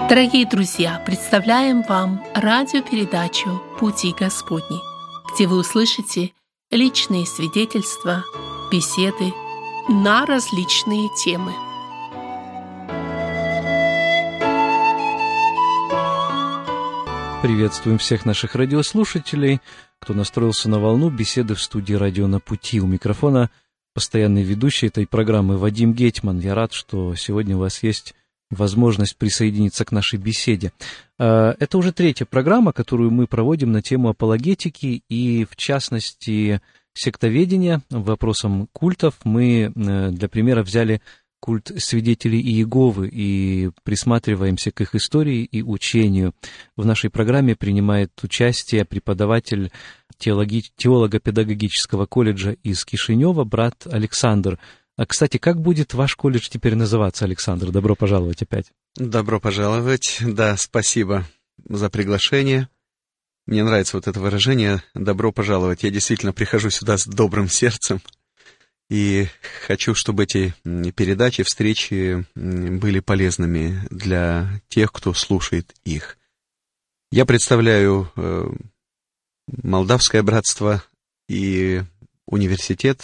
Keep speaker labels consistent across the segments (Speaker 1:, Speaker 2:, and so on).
Speaker 1: Дорогие друзья, представляем вам радиопередачу «Пути Господни», где вы услышите личные свидетельства, беседы на различные темы.
Speaker 2: Приветствуем всех наших радиослушателей, кто настроился на волну беседы в студии «Радио на пути». У микрофона постоянный ведущий этой программы Вадим Гетман. Я рад, что сегодня у вас есть возможность присоединиться к нашей беседе. Это уже третья программа, которую мы проводим на тему апологетики и, в частности, сектоведения, вопросам культов. Мы для примера взяли культ свидетелей Иеговы и присматриваемся к их истории и учению. В нашей программе принимает участие преподаватель теолого-педагогического колледжа из Кишинева, брат Александр. А, кстати, как будет ваш колледж теперь называться, Александр? Добро пожаловать опять.
Speaker 3: Добро пожаловать. Да, спасибо за приглашение. Мне нравится вот это выражение «добро пожаловать». Я действительно прихожу сюда с добрым сердцем. И хочу, чтобы эти передачи, встречи были полезными для тех, кто слушает их. Я представляю Молдавское братство, и университет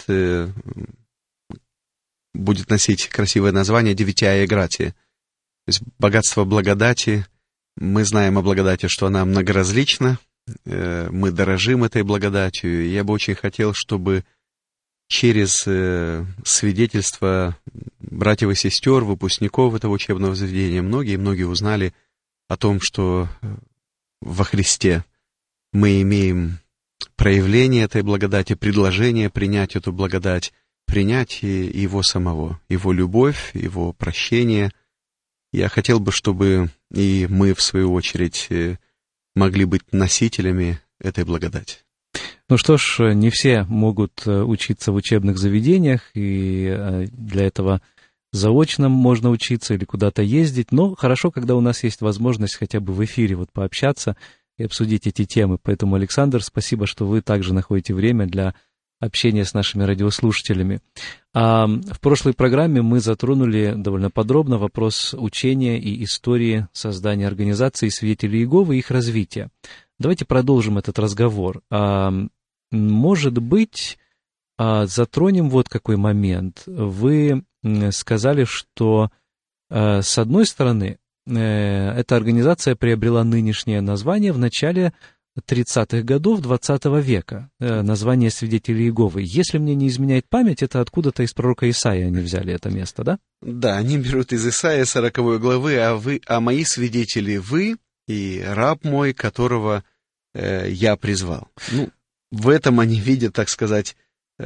Speaker 3: будет носить красивое название «Девития Гратия». То есть богатство благодати. Мы знаем о благодати, что она многоразлична. Мы дорожим этой благодатью. Я бы очень хотел, чтобы через свидетельства братьев и сестер, выпускников этого учебного заведения, многие узнали о том, что во Христе мы имеем проявление этой благодати, предложение принять эту благодать, принять Его самого, Его любовь, Его прощение. Я хотел бы, чтобы и мы, в свою очередь, могли быть носителями этой благодати.
Speaker 2: Ну что ж, не все могут учиться в учебных заведениях, и для этого заочно можно учиться или куда-то ездить, но хорошо, когда у нас есть возможность хотя бы в эфире вот пообщаться и обсудить эти темы. Поэтому, Александр, спасибо, что вы также находите время для общения с нашими радиослушателями. В прошлой программе мы затронули довольно подробно вопрос учения и истории создания организации свидетелей Иеговы и их развития. Давайте продолжим этот разговор. Может быть, затронем вот какой момент. Вы сказали, что, с одной стороны, эта организация приобрела нынешнее название в начале 30-х годов 20 века, название свидетелей Иеговы. Если мне не изменяет память, это откуда-то из пророка Исаии они взяли это место, да?
Speaker 3: Да, они берут из Исаии 40 главы, а мои свидетели вы и раб мой, которого я призвал. Ну, в этом они видят, так сказать,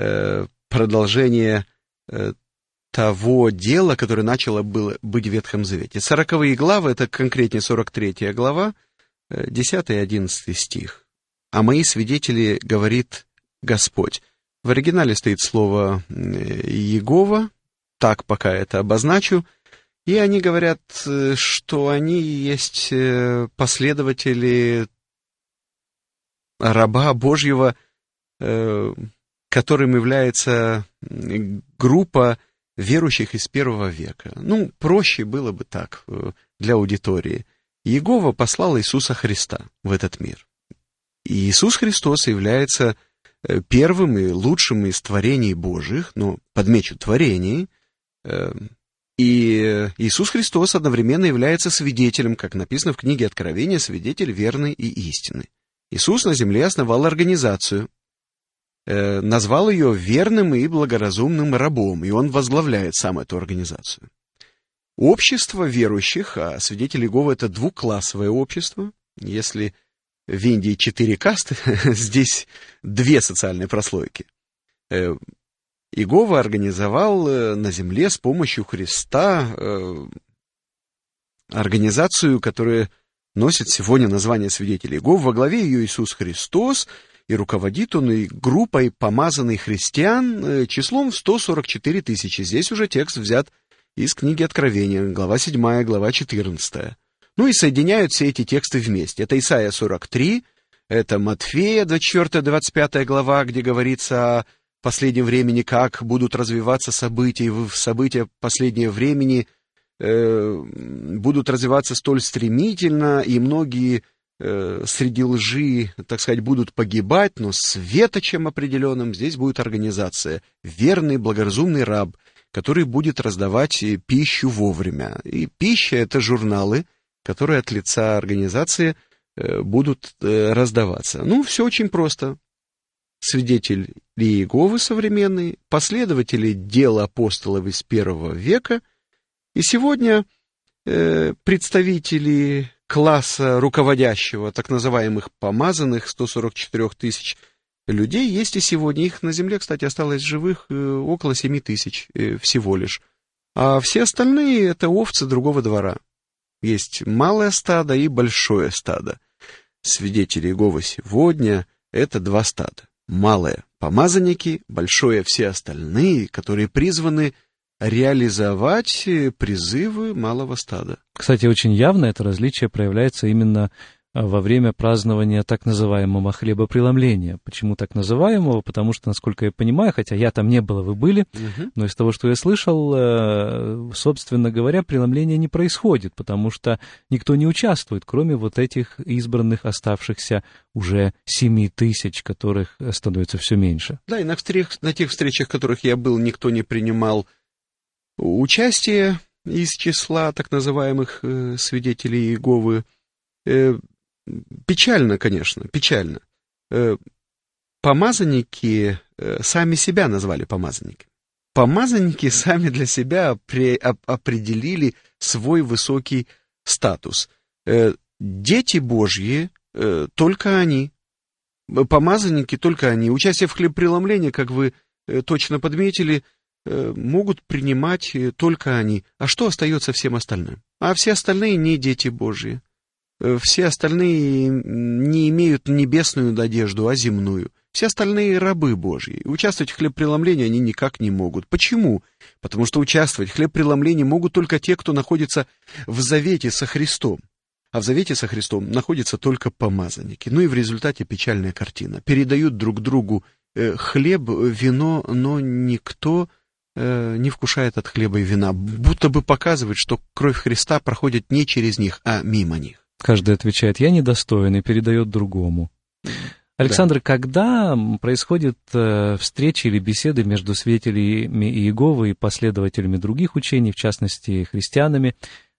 Speaker 3: продолжение того дела, которое начало быть в Ветхом Завете. 40 главы, это конкретнее 43 глава, 10 и 11 стих. «А мои свидетели, говорит Господь». В оригинале стоит слово «Иегова», так пока это обозначу, и они говорят, что они есть последователи раба Божьего, которым является группа верующих из первого века. Ну, проще было бы так для аудитории. Иегова послал Иисуса Христа в этот мир. И Иисус Христос является первым и лучшим из творений Божьих, подмечу, творений. И Иисус Христос одновременно является свидетелем, как написано в книге Откровения, свидетель верный и истинный. Иисус на земле основал организацию, назвал ее верным и благоразумным рабом, и Он возглавляет сам эту организацию. Общество верующих, а свидетели Иеговы — это двуклассовое общество. Если в Индии 4 касты, здесь 2 социальные прослойки. Иегова организовал на земле с помощью Христа организацию, которая носит сегодня название свидетелей Иеговы. Во главе ее Иисус Христос, и руководит он и группой помазанных христиан числом в 144 тысячи. Здесь уже текст взят из книги Откровения, глава 7, глава 14. Ну и соединяют все эти тексты вместе. Это Исайя 43, это Матфея 24-25 глава, где говорится о последнем времени, как будут развиваться события, и в события последнего времени будут развиваться столь стремительно, и многие среди лжи, так сказать, будут погибать, но светочем определенным здесь будет организация. Верный, благоразумный раб, который будет раздавать пищу вовремя. И пища — это журналы, которые от лица организации будут раздаваться. Ну, все очень просто. Свидетель Иеговы современный, последователи дела апостолов из первого века, и сегодня представители класса руководящего, так называемых помазанных, 144 тысяч людей, есть и сегодня. Их на земле, кстати, осталось живых около 7 тысяч всего лишь. А все остальные — это овцы другого двора. Есть малое стадо и большое стадо. Свидетели Иеговы сегодня — это два стада. Малое — помазанники, большое — все остальные, которые призваны реализовать призывы малого стада.
Speaker 2: Кстати, очень явно это различие проявляется именно во время празднования так называемого хлебопреломления. Почему так называемого? Потому что, насколько я понимаю, хотя я там не был, вы были, но из того, что я слышал, собственно говоря, преломление не происходит, потому что никто не участвует, кроме вот этих избранных, оставшихся уже 7 тысяч, которых становится все меньше.
Speaker 3: Да, и на тех встречах, в которых я был, никто не принимал участие из числа так называемых свидетелей Иеговы. Печально, конечно, печально. Помазанники сами себя назвали помазанниками. Помазанники сами для себя определили свой высокий статус. Дети Божьи только они. Помазанники только они. Участие в хлебопреломлении, как вы точно подметили, могут принимать только они. А что остается всем остальным? А все остальные не дети Божьи. Все остальные не имеют небесную надежду, а земную. Все остальные рабы Божьи. Участвовать в хлебопреломлении они никак не могут. Почему? Потому что участвовать в хлебопреломлении могут только те, кто находится в завете со Христом. А в завете со Христом находятся только помазанники. Ну и в результате печальная картина. Передают друг другу хлеб, вино, но никто не вкушает от хлеба и вина. Будто бы показывает, что кровь Христа проходит не через них, а мимо них.
Speaker 2: Каждый отвечает: «Я недостоин», и передает другому. Александр, да. Когда происходят встречи или беседы между свидетелями Иеговы и последователями других учений, в частности, христианами,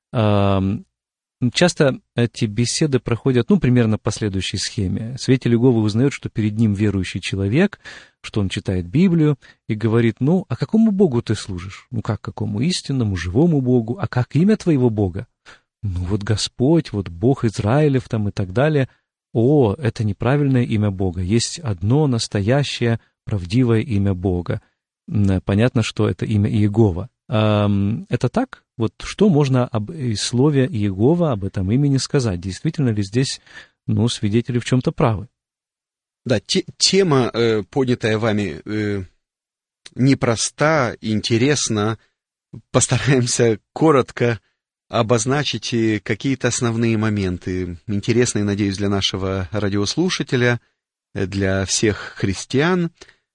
Speaker 2: часто эти беседы проходят, примерно по следующей схеме. Свидетель Иеговы узнает, что перед ним верующий человек, что он читает Библию и говорит: а какому Богу ты служишь? Как какому? Истинному, живому Богу. А как имя твоего Бога? Вот Господь, вот Бог Израилев там и так далее. О, это неправильное имя Бога. Есть одно настоящее, правдивое имя Бога. Понятно, что это имя Иегова. Это так? Вот что можно об слове Иегова, об этом имени сказать? Действительно ли здесь, свидетели в чем-то правы?
Speaker 3: Да, тема, поднятая вами, непроста, интересна. Постараемся коротко обозначить какие-то основные моменты, интересные, надеюсь, для нашего радиослушателя, для всех христиан.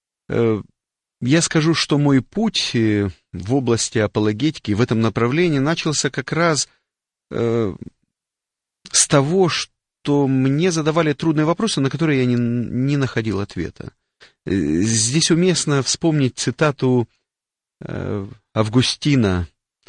Speaker 3: Я скажу, что мой путь в области апологетики в этом направлении начался как раз с того, что мне задавали трудные вопросы, на которые я не находил ответа. Здесь уместно вспомнить цитату Августина,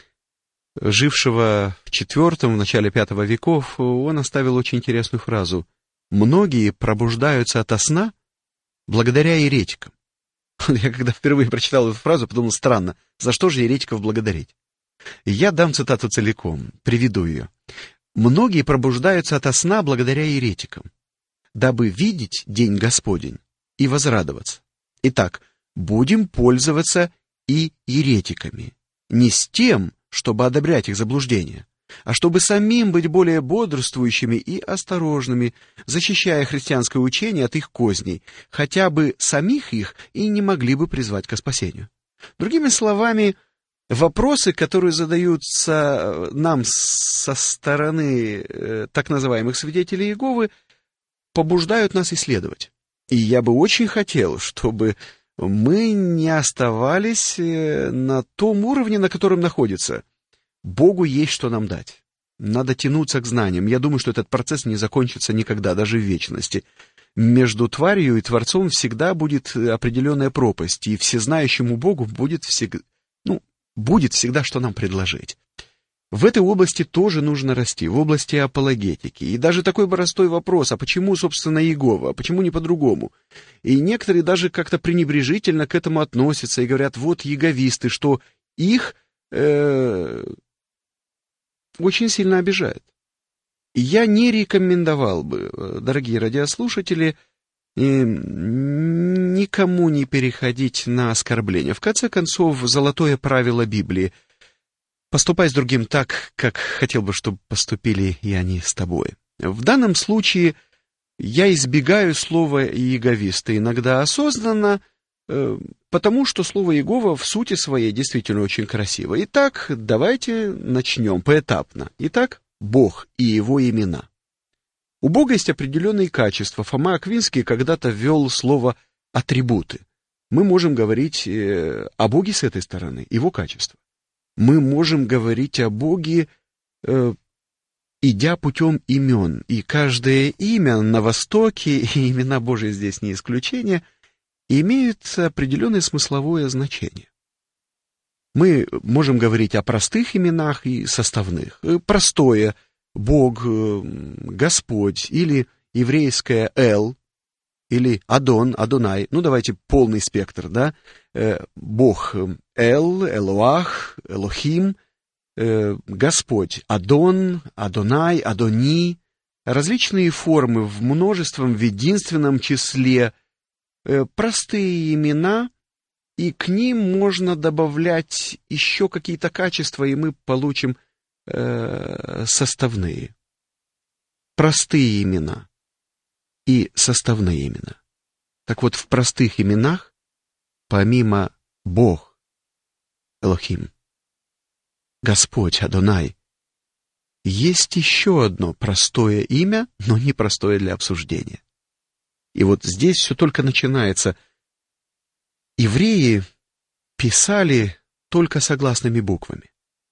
Speaker 3: жившего в IV, в начале V веков. Он оставил очень интересную фразу: «Многие пробуждаются ото сна благодаря еретикам». Я когда впервые прочитал эту фразу, подумал: странно, за что же еретиков благодарить? Я дам цитату целиком, приведу ее. «Многие пробуждаются ото сна благодаря еретикам, дабы видеть день Господень и возрадоваться. Итак, будем пользоваться и еретиками, не с тем, чтобы одобрять их заблуждения, а чтобы самим быть более бодрствующими и осторожными, защищая христианское учение от их козней, хотя бы самих их и не могли бы призвать ко спасению». Другими словами, вопросы, которые задаются нам со стороны так называемых свидетелей Иеговы, побуждают нас исследовать. И я бы очень хотел, чтобы мы не оставались на том уровне, на котором находится. Богу есть что нам дать. Надо тянуться к знаниям. Я думаю, что этот процесс не закончится никогда, даже в вечности. Между тварью и Творцом всегда будет определенная пропасть, и всезнающему Богу будет всегда что нам предложить. В этой области тоже нужно расти, в области апологетики. И даже такой простой вопрос, а почему, собственно, Иегова, а почему не по-другому? И некоторые даже как-то пренебрежительно к этому относятся и говорят, вот иеговисты, что их очень сильно обижает. И я не рекомендовал бы, дорогие радиослушатели, никому не переходить на оскорбление. В конце концов, золотое правило Библии: поступай с другим так, как хотел бы, чтобы поступили и они с тобой. В данном случае я избегаю слова «иеговисты» иногда осознанно, потому что слово «Иегова» в сути своей действительно очень красиво. Итак, давайте начнем поэтапно. Итак, Бог и Его имена. У Бога есть определенные качества. Фома Аквинский когда-то ввел слово «атрибуты». Мы можем говорить о Боге с этой стороны, Его качества. Мы можем говорить о Боге, идя путем имен. И каждое имя на Востоке, и имена Божьи здесь не исключение, имеют определенное смысловое значение. Мы можем говорить о простых именах и составных. Простое — Бог, Господь, или еврейское «Эл», или Адон, Адонай. Ну, давайте полный спектр, да? Бог Эл, Элоах, Элохим, Господь Адон, Адонай, Адони. Различные формы в множеством, в единственном числе. Простые имена, и к ним можно добавлять еще какие-то качества, и мы получим составные. Простые имена и составные имена. Так вот, в простых именах, помимо Бог, Элохим, Господь, Адонай, есть еще одно простое имя, но не простое для обсуждения. И вот здесь все только начинается. Евреи писали только согласными буквами.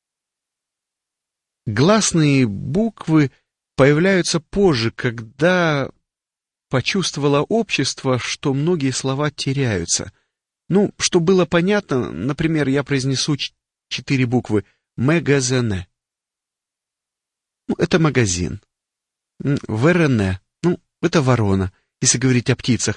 Speaker 3: Гласные буквы появляются позже, когда почувствовало общество, что многие слова теряются. Ну, чтобы было понятно, например, я произнесу 4 буквы «мегазене». Ну, это магазин. «Верене». Ну, это ворона, если говорить о птицах.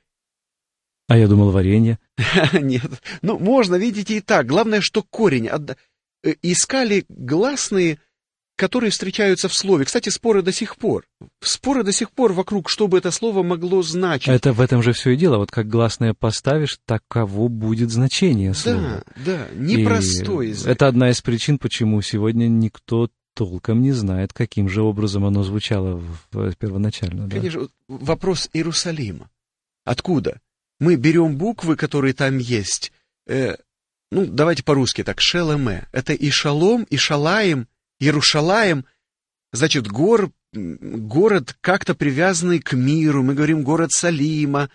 Speaker 2: А я думал, варенье.
Speaker 3: Нет. Ну, можно, видите, и так. Главное, что корень. Искали гласные, которые встречаются в слове. Кстати, споры до сих пор. Споры до сих пор вокруг, что бы это слово могло значить.
Speaker 2: Это в этом же все и дело. Вот как гласное поставишь, таково будет значение слова.
Speaker 3: Да, непростой язык.
Speaker 2: Это одна из причин, почему сегодня никто толком не знает, каким же образом оно звучало первоначально.
Speaker 3: Конечно, вопрос Иерусалима. Откуда? Мы берем буквы, которые там есть. Давайте по-русски так. Шелеме. Это и Шалом, и Шалаим, Иерушалаим. Значит, город как-то привязанный к миру. Мы говорим город Салима.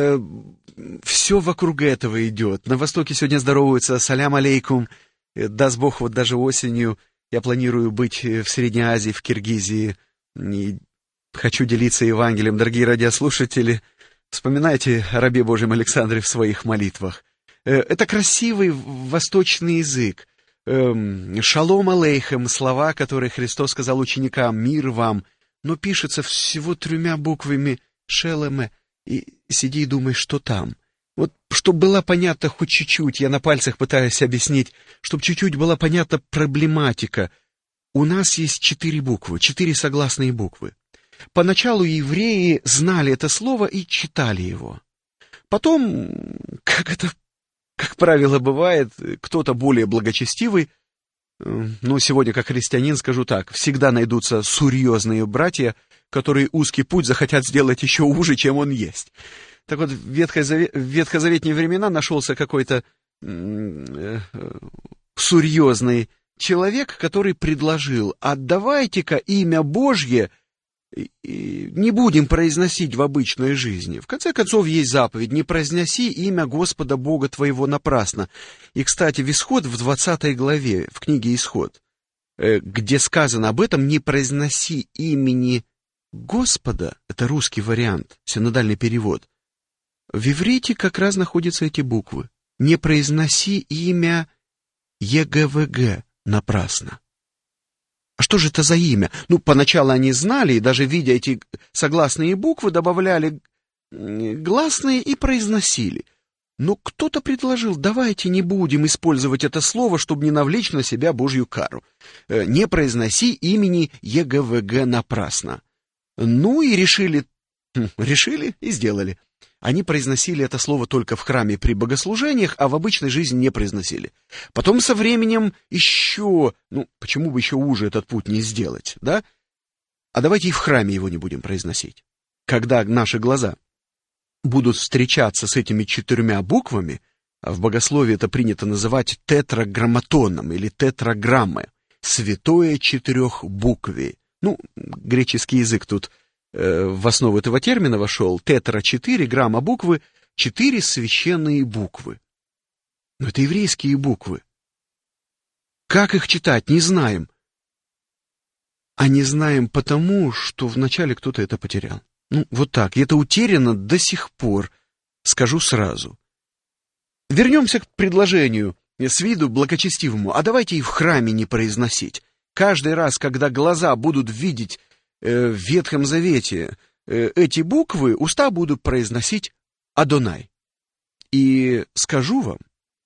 Speaker 3: Все вокруг этого идет. На Востоке сегодня здороваются салям алейкум. Даст Бог, вот даже осенью я планирую быть в Средней Азии, в Киргизии. И хочу делиться Евангелием. Дорогие радиослушатели, вспоминайте о рабе Божьем Александре в своих молитвах. Это красивый восточный язык. Шалом алейхем, слова, которые Христос сказал ученикам, мир вам, но пишется всего 3 буквами шелеме. И сиди и думай, что там. Вот, чтобы было понятно хоть чуть-чуть, я на пальцах пытаюсь объяснить, чтобы чуть-чуть была понятна проблематика. У нас есть 4 буквы, 4 согласные буквы. Поначалу евреи знали это слово и читали его. Потом, как правило, бывает, кто-то более благочестивый, сегодня как христианин скажу так, всегда найдутся серьезные братья, которые узкий путь захотят сделать еще уже, чем он есть. Так вот, в ветхозаветные времена нашелся какой-то серьезный человек, который предложил, давайте-ка имя Божье не будем произносить в обычной жизни. В конце концов, есть заповедь: не произноси имя Господа Бога твоего напрасно. И, кстати, в Исход, в 20 главе, в книге Исход, где сказано об этом: «Не произноси имени Господа», это русский вариант, синодальный перевод, в иврите как раз находятся эти буквы. «Не произноси имя ЕГВГ напрасно». А что же это за имя? Поначалу они знали, и даже видя эти согласные буквы, добавляли гласные и произносили. Но кто-то предложил: давайте не будем использовать это слово, чтобы не навлечь на себя Божью кару. Не произноси имени ЕГВГ напрасно. И решили и сделали. Они произносили это слово только в храме при богослужениях, а в обычной жизни не произносили. Потом со временем еще, почему бы еще уже этот путь не сделать, да? А давайте и в храме его не будем произносить. Когда наши глаза будут встречаться с этими 4 буквами, а в богословии это принято называть тетраграмматоном или тетраграммой, святое 4-буквие. Греческий язык тут в основу этого термина вошел. Тетра — 4, грамма — буквы, 4 священные буквы. Но это еврейские буквы. Как их читать, не знаем. А не знаем потому, что вначале кто-то это потерял. Вот так. И это утеряно до сих пор, скажу сразу. Вернемся к предложению с виду благочестивому. А давайте и в храме не произносить. Каждый раз, когда глаза будут видеть в Ветхом Завете эти буквы, уста будут произносить Адонай. И скажу вам,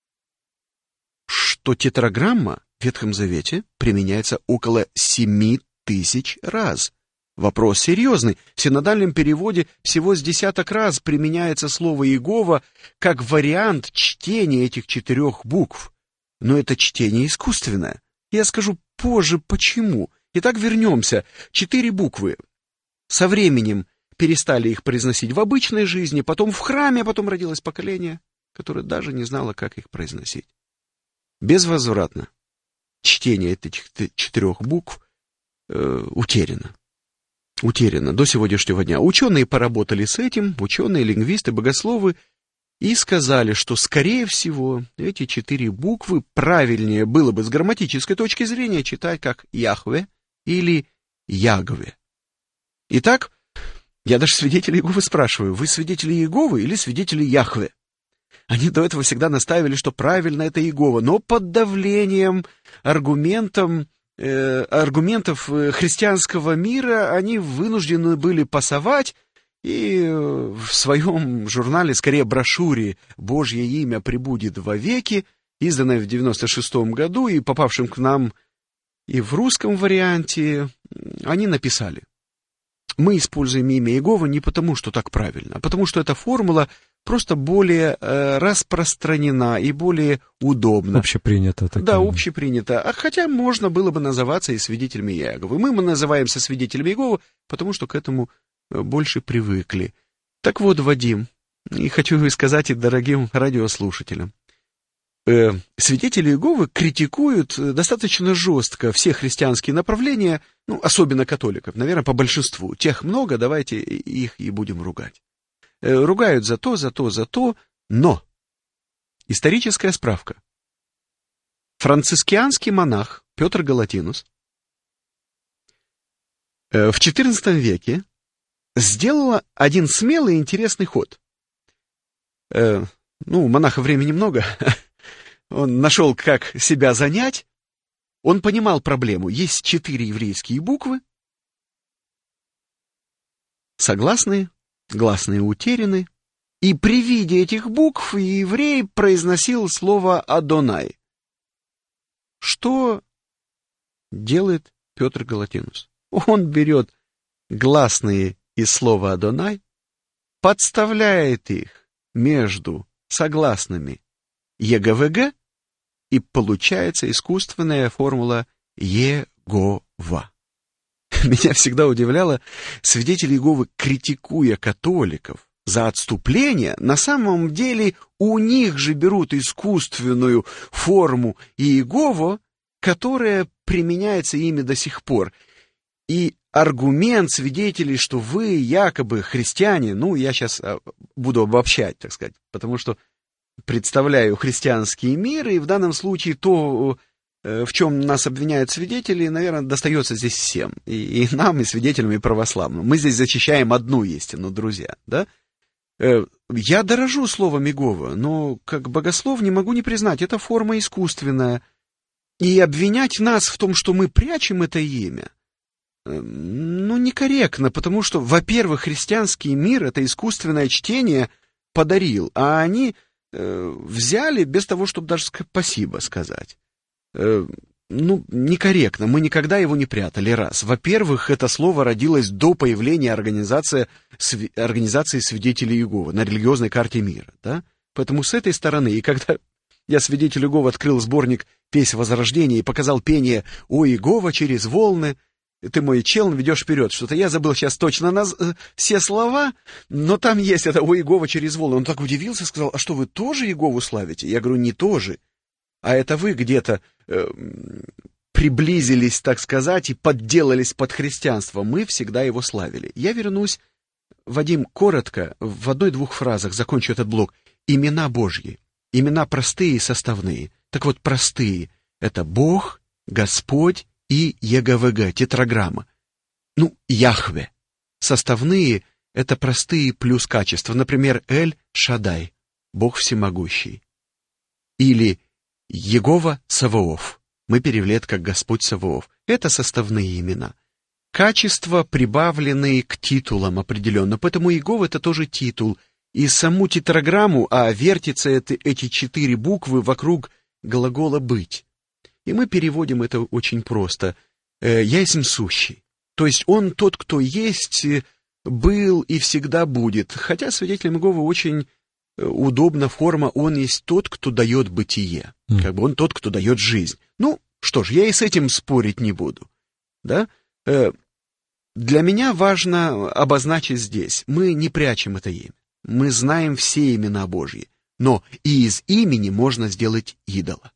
Speaker 3: что тетраграмма в Ветхом Завете применяется около 7000 раз. Вопрос серьезный. В синодальном переводе всего с 10 раз применяется слово Иегова как вариант чтения этих 4 букв. Но это чтение искусственное. Я скажу позже, почему. Итак, вернемся. 4 буквы. Со временем перестали их произносить в обычной жизни, потом в храме, а потом родилось поколение, которое даже не знало, как их произносить. Безвозвратно чтение этих 4 букв утеряно. Утеряно до сегодняшнего дня. Ученые поработали с этим, ученые, лингвисты, богословы, и сказали, что, скорее всего, эти 4 буквы правильнее было бы с грамматической точки зрения читать как Яхве или Ягве. Итак, я даже свидетелей Иеговы спрашиваю: вы свидетели Иеговы или свидетели Яхве? Они до этого всегда настаивали, что правильно это Иегова, но под давлением аргументов христианского мира они вынуждены были пасовать, и в своем журнале, скорее брошюре «Божье имя пребудет вовеки», изданной в 96-м году и попавшем к нам и в русском варианте, они написали: мы используем имя Иегова не потому, что так правильно, а потому, что эта формула просто более распространена и более удобна.
Speaker 2: Общепринято.
Speaker 3: Да, общепринято. А хотя можно было бы называться и свидетелями Иеговы. Мы называемся свидетелями Иеговы, потому что к этому больше привыкли. Так вот, Вадим, и хочу сказать и дорогим радиослушателям, свидетели Иеговы критикуют достаточно жестко все христианские направления, особенно католиков, наверное, по большинству. Тех много, давайте их и будем ругать. Ругают за то, но историческая справка. Францискианский монах Петр Галатинус в XIV веке сделал один смелый и интересный ход. У монаха времени много. Он нашел, как себя занять. Он понимал проблему. Есть 4 еврейские буквы. Согласные, гласные утеряны. И при виде этих букв еврей произносил слово «Адонай». Что делает Петр Галатинус? Он берет гласные из слова «Адонай», подставляет их между согласными ЕГВГ, и получается искусственная формула Егова. Меня всегда удивляло, свидетели Иеговы, критикуя католиков за отступление, на самом деле у них же берут искусственную форму Иегова, которая применяется ими до сих пор. И аргумент свидетелей, что вы якобы христиане, я сейчас буду обобщать, так сказать, потому что представляю христианский мир, и в данном случае то в чем нас обвиняют свидетели, наверное, достается здесь всем. И нам, и свидетелям, и православным. Мы здесь защищаем одну истину, друзья. Да? Я дорожу словом Иегова, но как богослов не могу не признать, это форма искусственная. И обвинять нас в том, что мы прячем это имя, некорректно, потому что, во-первых, христианский мир это искусственное чтение подарил, а они взяли без того, чтобы даже спасибо сказать. Некорректно, мы никогда его не прятали, раз. Во-первых, это слово родилось до появления организации свидетелей Иеговы на религиозной карте мира, да? Поэтому с этой стороны, и когда я, свидетель Иеговы, открыл сборник «Песнь Возрождения» и показал пение «О Иегова через волны», ты мой чел, ведешь вперед. Что-то я забыл сейчас точно все слова, но там есть это «О Иегова через волны». Он так удивился, сказал: а что, вы тоже Иегову славите? Я говорю: не тоже. А это вы где-то приблизились, так сказать, и подделались под христианство. Мы всегда его славили. Я вернусь, Вадим, коротко, в одной-двух фразах закончу этот блок. Имена Божьи. Имена простые и составные. Так вот, простые — это Бог, Господь и ЕГВГ, тетраграмма. Яхве. Составные — это простые плюс качества. Например, Эль-Шадай, Бог всемогущий. Или Егова Саваоф. Мы перевели это как Господь Саваоф. Это составные имена. Качества, прибавленные к титулам определенно. Поэтому Егова — это тоже титул. И саму тетраграмму, вертятся эти 4 буквы вокруг глагола «быть». И мы переводим это очень просто. «Я есть сущий». То есть он тот, кто есть, был и всегда будет. Хотя свидетелям Иеговы очень удобна форма «он есть тот, кто дает бытие». Как бы он тот, кто дает жизнь. Что ж, я и с этим спорить не буду. Да? Для меня важно обозначить здесь. Мы не прячем это имя. Мы знаем все имена Божьи. Но и из имени можно сделать идола.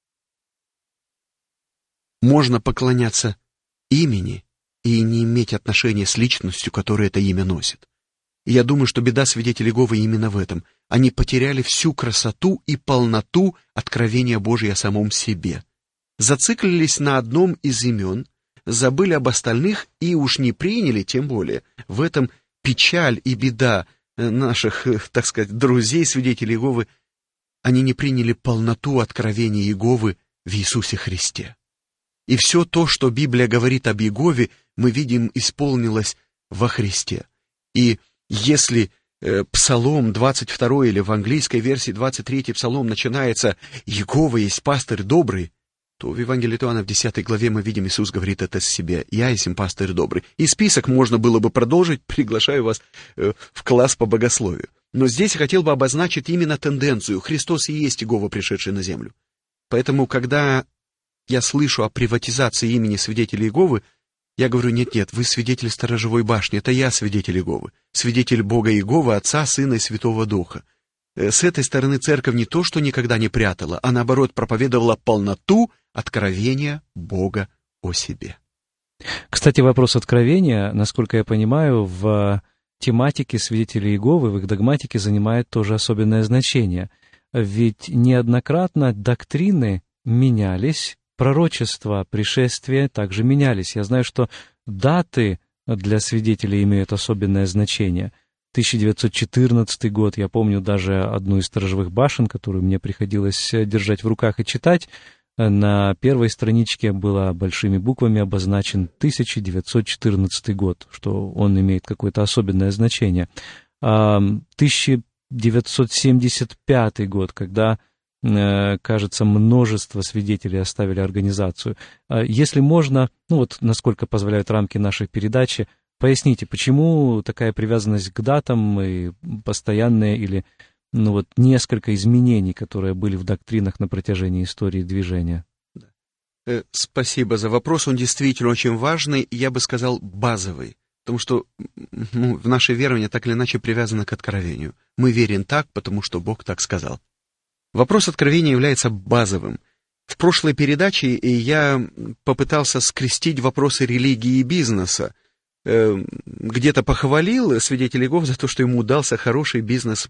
Speaker 3: Можно поклоняться имени и не иметь отношения с личностью, которая это имя носит. И я думаю, что беда свидетелей Иеговы именно в этом. Они потеряли всю красоту и полноту откровения Божьего о самом себе. Зациклились на одном из имен, забыли об остальных и уж не приняли, тем более. В этом печаль и беда наших, так сказать, друзей, свидетелей Иеговы. Они не приняли полноту откровения Иеговы в Иисусе Христе. И все то, что Библия говорит об Иегове, мы видим, исполнилось во Христе. И если Псалом 22 или в английской версии 23 Псалом начинается «Иегова есть пастырь добрый», то в Евангелии от Иоанна в 10 главе мы видим, Иисус говорит это себе: «Я есть пастырь добрый». И список можно было бы продолжить, приглашаю вас в класс по богословию. Но здесь я хотел бы обозначить именно тенденцию. Христос и есть Иегова, пришедший на землю. Поэтому, когда я слышу о приватизации имени свидетелей Иеговы, я говорю: нет, вы свидетель сторожевой башни, это я свидетель Иеговы, свидетель Бога Иеговы, Отца, Сына и Святого Духа. С этой стороны церковь не то, что никогда не прятала, а наоборот проповедовала полноту откровения Бога о себе.
Speaker 2: Кстати, вопрос откровения, насколько я понимаю, в тематике свидетелей Иеговы, в их догматике занимает тоже особенное значение. Ведь неоднократно доктрины менялись, пророчества, пришествия также менялись. Я знаю, что даты для свидетелей имеют особенное значение. 1914 год, я помню даже одну из сторожевых башен, которую мне приходилось держать в руках и читать. На первой страничке было большими буквами обозначен 1914 год, что он имеет какое-то особенное значение. 1975 год, когда, кажется, множество свидетелей оставили организацию. Если можно, насколько позволяют рамки нашей передачи, поясните, почему такая привязанность к датам и постоянные или несколько изменений, которые были в доктринах на протяжении истории движения?
Speaker 3: Спасибо за вопрос, он действительно очень важный, я бы сказал, базовый. Потому что в наше верование так или иначе привязано к откровению. Мы верим так, потому что Бог так сказал. Вопрос откровения является базовым. В прошлой передаче я попытался скрестить вопросы религии и бизнеса. Где-то похвалил свидетелей Иеговы за то, что ему удался хороший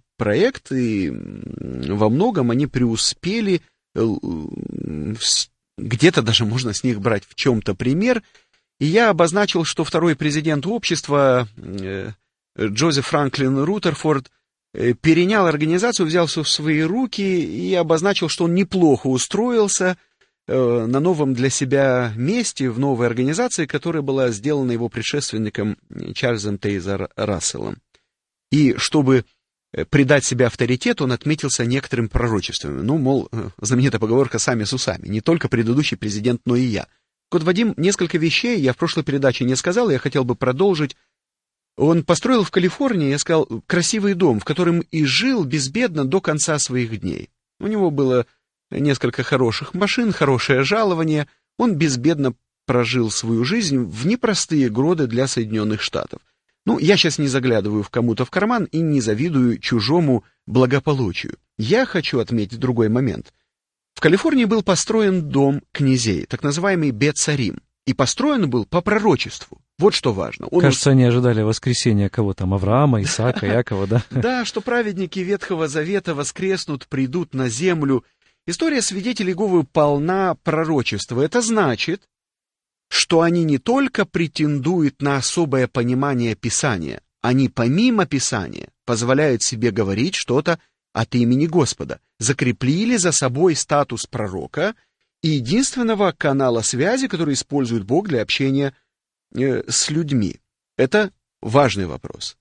Speaker 3: бизнес-проект, и во многом они преуспели где-то даже можно с них брать в чем-то пример. И я обозначил, что второй президент общества Джозеф Франклин Рутерфорд перенял организацию, взял все в свои руки и обозначил, что он неплохо устроился на новом для себя месте, в новой организации, которая была сделана его предшественником Чарльзом Тейза Расселом. И чтобы придать себе авторитет, он отметился некоторыми пророчествами. Ну, мол, знаменитая поговорка «сами с усами». Не только предыдущий президент, но и я. Вот, Вадим, несколько вещей я в прошлой передаче не сказал, я хотел бы продолжить. Он построил в Калифорнии, я сказал, красивый дом, в котором и жил безбедно до конца своих дней. У него было несколько хороших машин, хорошее жалование. Он безбедно прожил свою жизнь в непростые годы для Соединенных Штатов. Ну, я сейчас не заглядываю в кому-то в карман и не завидую чужому благополучию. Я хочу отметить другой момент. В Калифорнии был построен дом князей, так называемый Бет-Сарим. И построен был по пророчеству. Вот что важно.
Speaker 2: Кажется, они ожидали воскресения кого там, Авраама, Исаака, Якова, да?
Speaker 3: Да, что праведники Ветхого Завета воскреснут, придут на землю. История свидетелей Иеговы полна пророчества. Это значит, что они не только претендуют на особое понимание Писания, они помимо Писания позволяют себе говорить что-то от имени Господа, закрепили за собой статус пророка и единственного канала связи, который использует Бог для общения с людьми. Это важный вопрос.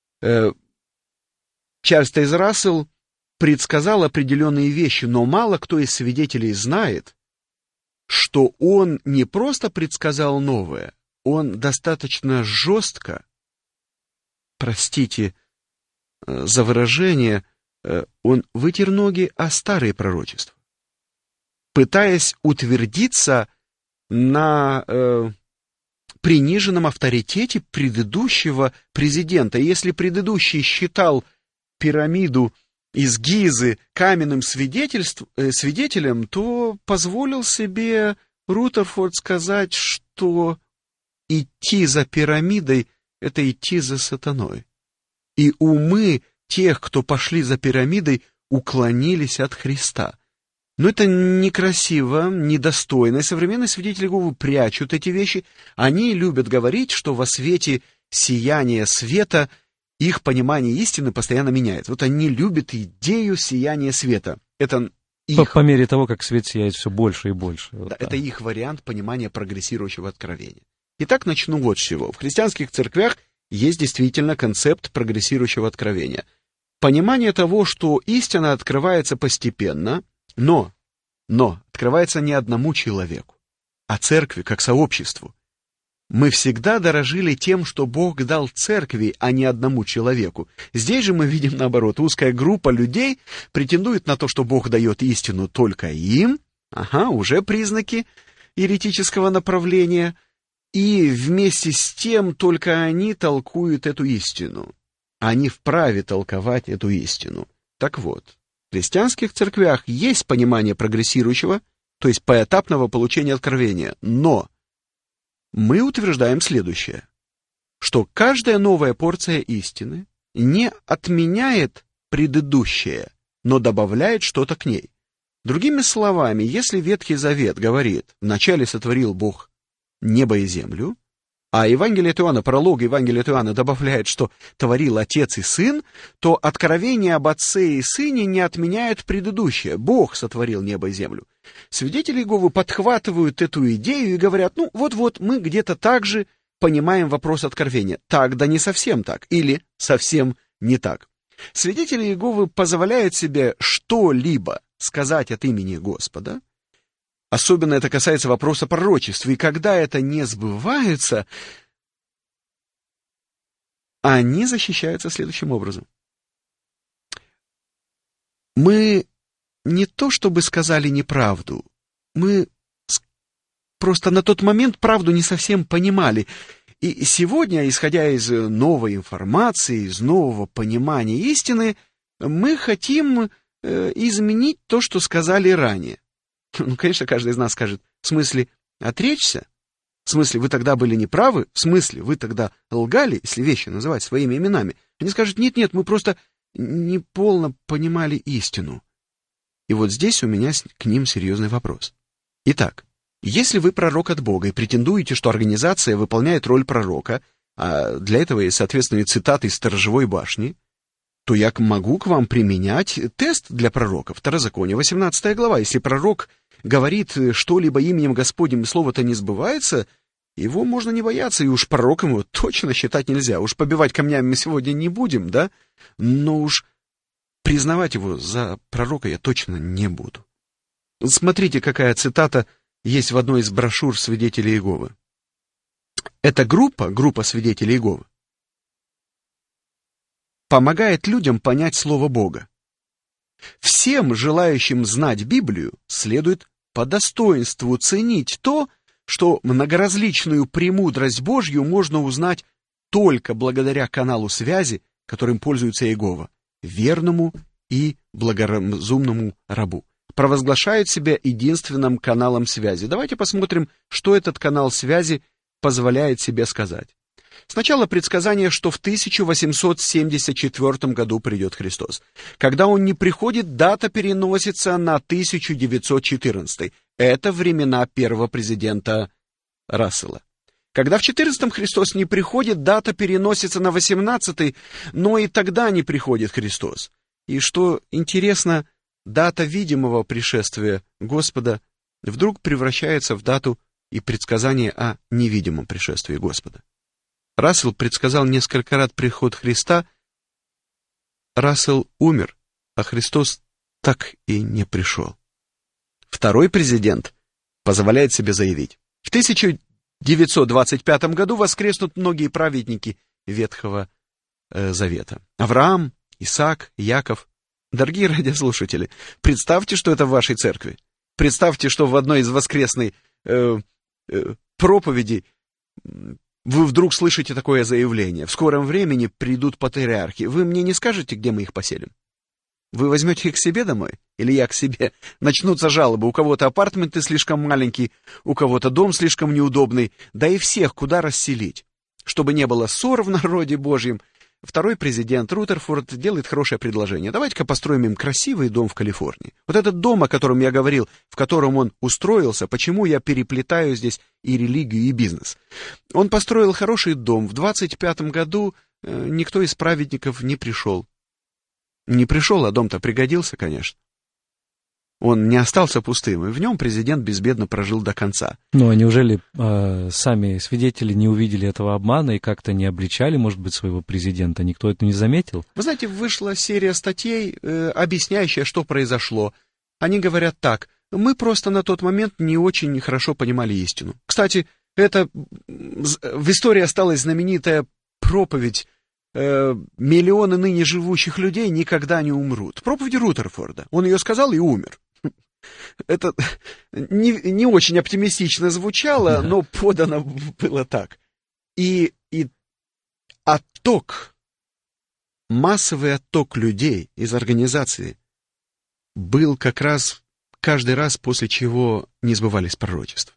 Speaker 3: Чарльз Тейз Рассел предсказал определенные вещи, но мало кто из свидетелей знает, что он не просто предсказал новое, он достаточно жестко, простите за выражение, он вытер ноги о старые пророчества, пытаясь утвердиться на приниженном авторитете предыдущего президента. Если предыдущий считал пирамиду из Гизы каменным свидетелем, то позволил себе Рутерфорд сказать, что идти за пирамидой — это идти за сатаной. И умы тех, кто пошли за пирамидой, уклонились от Христа. Но это некрасиво, недостойно. Современные свидетели Иеговы прячут эти вещи. Они любят говорить, что во свете сияния света их понимание истины постоянно меняется. Вот они любят идею сияния света. Это их...
Speaker 2: По мере того, как свет сияет все больше и больше. Вот,
Speaker 3: да, это их вариант понимания прогрессирующего откровения. Итак, начну вот с чего. В христианских церквях есть действительно концепт прогрессирующего откровения. Понимание того, что истина открывается постепенно, но открывается не одному человеку, а церкви как сообществу. Мы всегда дорожили тем, что Бог дал церкви, а не одному человеку. Здесь же мы видим наоборот. Узкая группа людей претендует на то, что Бог дает истину только им. Ага, уже признаки еретического направления. И вместе с тем только они толкуют эту истину. Они вправе толковать эту истину. Так вот, в христианских церквях есть понимание прогрессирующего, то есть поэтапного получения откровения, но мы утверждаем следующее, что каждая новая порция истины не отменяет предыдущее, но добавляет что-то к ней. Другими словами, если Ветхий Завет говорит, вначале сотворил Бог небо и землю, а Евангелие от Иоанна, пролог Евангелия от Иоанна добавляет, что творил Отец и Сын, то откровение об Отце и Сыне не отменяет предыдущее. Бог сотворил небо и землю. Свидетели Иеговы подхватывают эту идею и говорят, ну вот-вот, мы где-то так же понимаем вопрос откровения. Так, да не совсем так, или совсем не так. Свидетели Иеговы позволяют себе что-либо сказать от имени Господа. Особенно это касается вопроса пророчества. И когда это не сбывается, они защищаются следующим образом. Мы не то чтобы сказали неправду, мы просто на тот момент правду не совсем понимали. И сегодня, исходя из новой информации, из нового понимания истины, мы хотим изменить то, что сказали ранее. Ну, конечно, каждый из нас скажет, в смысле, отречься? В смысле, вы тогда были неправы? В смысле, вы тогда лгали, если вещи называть своими именами? Они скажут, нет, мы просто неполно понимали истину. И вот здесь у меня к ним серьезный вопрос. Итак, Если вы пророк от Бога и претендуете, что организация выполняет роль пророка, а для этого есть соответственные цитаты из Сторожевой башни, то я могу к вам применять тест для пророка. Второзаконие, 18 глава. Если пророк говорит что-либо именем Господним, и слово-то не сбывается, его можно не бояться, и уж пророком его точно считать нельзя. Уж побивать камнями мы сегодня не будем, да? Но уж признавать его за пророка я точно не буду. Смотрите, какая цитата есть в одной из брошюр свидетелей Иеговы. Эта группа свидетелей Иеговы, помогает людям понять Слово Бога. Всем желающим знать Библию следует по достоинству ценить то, что многоразличную премудрость Божью можно узнать только благодаря каналу связи, которым пользуется Иегова, верному и благоразумному рабу. Провозглашает себя единственным каналом связи. Давайте посмотрим, что этот канал связи позволяет себе сказать. Сначала предсказание, что в 1874 году придет Христос. Когда он не приходит, дата переносится на 1914. Это времена первого президента Рассела. Когда в 14-м Христос не приходит, дата переносится на 18-й, но и тогда не приходит Христос. И что интересно, дата видимого пришествия Господа вдруг превращается в дату и предсказание о невидимом пришествии Господа. Рассел предсказал несколько раз приход Христа. Рассел умер, а Христос так и не пришел. Второй президент позволяет себе заявить: в 1925 году воскреснут многие праведники Ветхого Завета. Авраам, Исаак, Яков. Дорогие радиослушатели, представьте, что это в вашей церкви. Представьте, что в одной из воскресной проповедей вы вдруг слышите такое заявление: в скором времени придут патриархи. Вы мне не скажете, где мы их поселим? Вы возьмете их к себе домой? Или я к себе? Начнутся жалобы. У кого-то апартаменты слишком маленькие, у кого-то дом слишком неудобный. Да и всех куда расселить? Чтобы не было ссор в народе Божьем. Второй президент Рутерфорд делает хорошее предложение. Давайте-ка построим им красивый дом в Калифорнии. Вот этот дом, о котором я говорил, в котором он устроился, почему я переплетаю здесь и религию, и бизнес. Он построил хороший дом. В 25-м году никто из праведников не пришел. Не пришел, а дом-то пригодился, конечно. Он не остался пустым, и в нем президент безбедно прожил до конца.
Speaker 2: Ну, а неужели сами свидетели не увидели этого обмана и как-то не обличали, может быть, своего президента? Никто это не заметил?
Speaker 3: Вы знаете, вышла серия статей, объясняющая, что произошло. Они говорят так: мы просто на тот момент не очень хорошо понимали истину. Кстати, это в истории осталась знаменитая проповедь: миллионы ныне живущих людей никогда не умрут. Проповедь Рутерфорда. Он ее сказал и умер. Это не очень оптимистично звучало, но подано было так. И массовый отток людей из организации был как раз каждый раз, после чего не сбывались пророчества.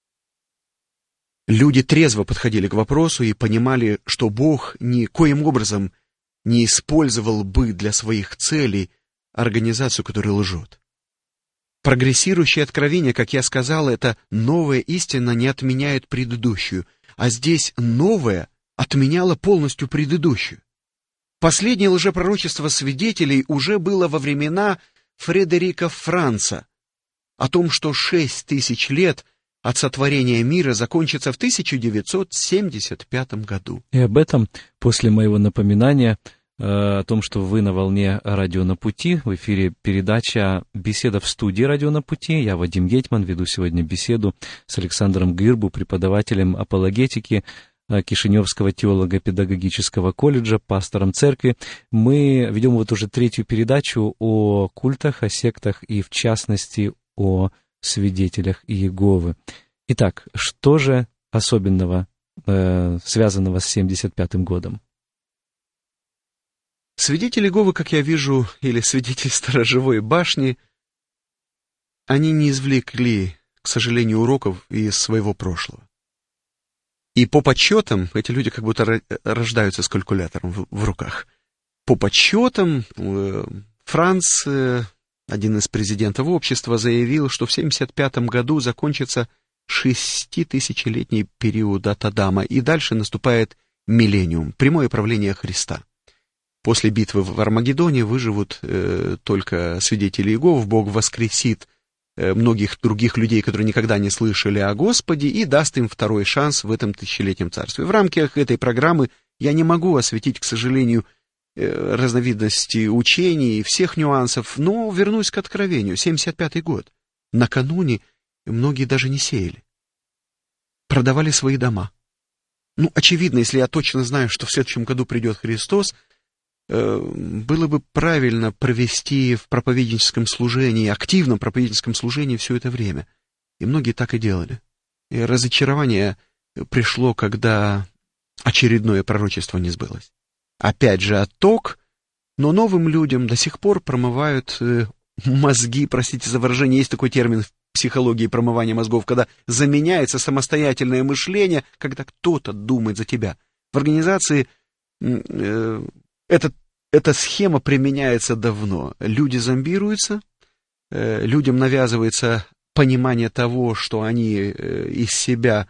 Speaker 3: Люди трезво подходили к вопросу и понимали, что Бог никоим образом не использовал бы для своих целей организацию, которая лжет. Прогрессирующее откровение, как я сказал, это новая истина не отменяет предыдущую, а здесь новое отменяло полностью предыдущую. Последнее лжепророчество свидетелей уже было во времена Фредерика Франца о том, что 6000 лет от сотворения мира закончится в 1975 году.
Speaker 2: И об этом после моего напоминания о том, что вы на волне «Радио на пути», в эфире передача «Беседа в студии Радио на пути». Я, Вадим Гетман, веду сегодня беседу с Александром Гирбу, преподавателем апологетики Кишиневского теолого-педагогического колледжа, пастором церкви. Мы ведем вот уже третью передачу о культах, о сектах и, в частности, о свидетелях Иеговы. Итак, что же особенного, связанного с 75-м годом?
Speaker 3: Свидетели Иеговы, как я вижу, или свидетели Сторожевой башни, они не извлекли, к сожалению, уроков из своего прошлого. И по подсчетам, эти люди как будто рождаются с калькулятором в руках. По подсчетам, Франц, один из президентов общества, заявил, что в 1975 году закончится 6000-летний период от Адама, и дальше наступает миллениум, прямое правление Христа. После битвы в Армагеддоне выживут только свидетели Иеговы, Бог воскресит многих других людей, которые никогда не слышали о Господе, и даст им второй шанс в этом тысячелетнем царстве. В рамках этой программы я не могу осветить, к сожалению, разновидности учений и всех нюансов, но вернусь к откровению. 75-й год. Накануне многие даже не сеяли. Продавали свои дома. Очевидно, если я точно знаю, что в следующем году придет Христос, было бы правильно провести в проповедническом служении, активном проповедническом служении все это время. И многие так и делали. И разочарование пришло, когда очередное пророчество не сбылось. Опять же отток, но новым людям до сих пор промывают мозги, простите за выражение, есть такой термин в психологии промывания мозгов, когда заменяется самостоятельное мышление, когда кто-то думает за тебя. В организации эта схема применяется давно. Люди зомбируются, людям навязывается понимание того, что они из себя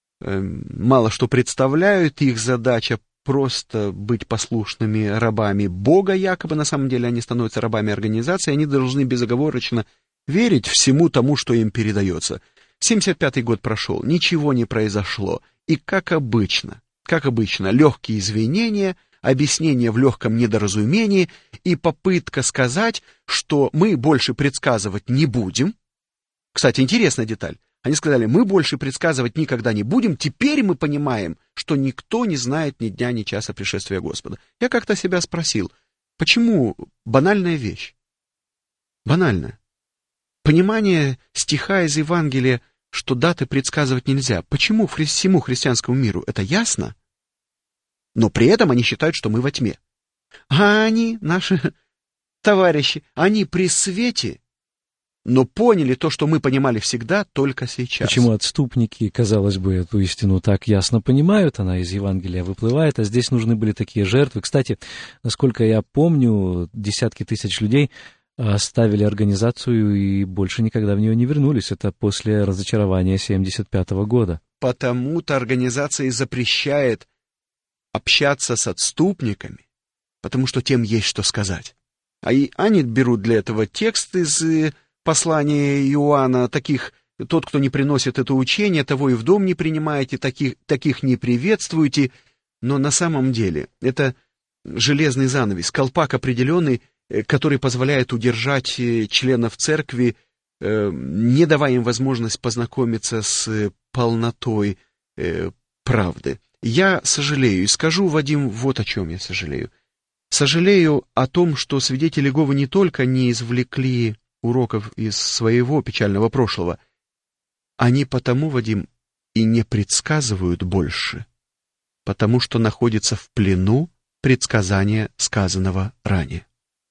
Speaker 3: мало что представляют, их задача просто быть послушными рабами Бога, якобы на самом деле они становятся рабами организации, они должны безоговорочно верить всему тому, что им передается. 75-й год прошел, ничего не произошло, и как обычно, легкие извинения, объяснение в легком недоразумении и попытка сказать, что мы больше предсказывать не будем. Кстати, интересная деталь. Они сказали, мы больше предсказывать никогда не будем, теперь мы понимаем, что никто не знает ни дня, ни часа пришествия Господа. Я как-то себя спросил, почему банальная вещь? Банальная. Понимание стиха из Евангелия, что даты предсказывать нельзя. Почему всему христианскому миру? Это ясно? Но при этом они считают, что мы во тьме. А они, наши товарищи, они при свете, но поняли то, что мы понимали всегда, только сейчас.
Speaker 2: Почему отступники, казалось бы, эту истину так ясно понимают, она из Евангелия выплывает, а здесь нужны были такие жертвы. Кстати, насколько я помню, десятки тысяч людей оставили организацию и больше никогда в нее не вернулись. Это после разочарования 75-го года.
Speaker 3: Потому-то организация запрещает общаться с отступниками, потому что тем есть что сказать. И они берут для этого текст из послания Иоанна, тот, кто не приносит это учение, того и в дом не принимаете, таких не приветствуете. Но на самом деле это железный занавес, колпак определенный, который позволяет удержать членов церкви, не давая им возможность познакомиться с полнотой правды. Я сожалею, и скажу, Вадим, вот о чем я сожалею. Сожалею о том, что свидетели Иеговы не только не извлекли уроков из своего печального прошлого, они потому, Вадим, и не предсказывают больше, потому что находятся в плену предсказания, сказанного ранее.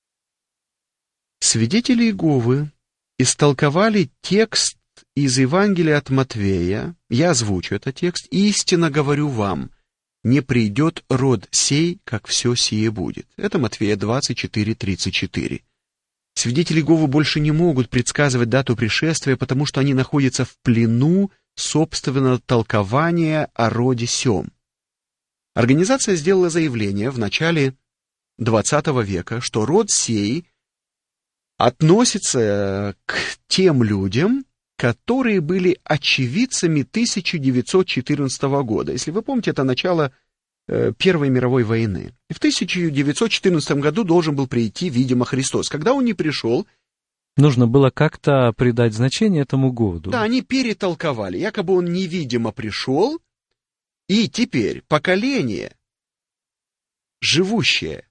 Speaker 3: Свидетели Иеговы истолковали текст из Евангелия от Матвея, я озвучу этот текст, «Истинно говорю вам, не придет род сей, как все сие будет». Это Матфея 24:34. Свидетели Иеговы больше не могут предсказывать дату пришествия, потому что они находятся в плену собственного толкования о роде сем. Организация сделала заявление в начале XX века, что род сей относится к тем людям, которые были очевидцами 1914 года. Если вы помните, это начало Первой мировой войны. И в 1914 году должен был прийти, видимо, Христос. Когда он не пришел...
Speaker 2: Нужно было как-то придать значение этому году.
Speaker 3: Да, они перетолковали. Якобы он невидимо пришел, и теперь поколение, живущее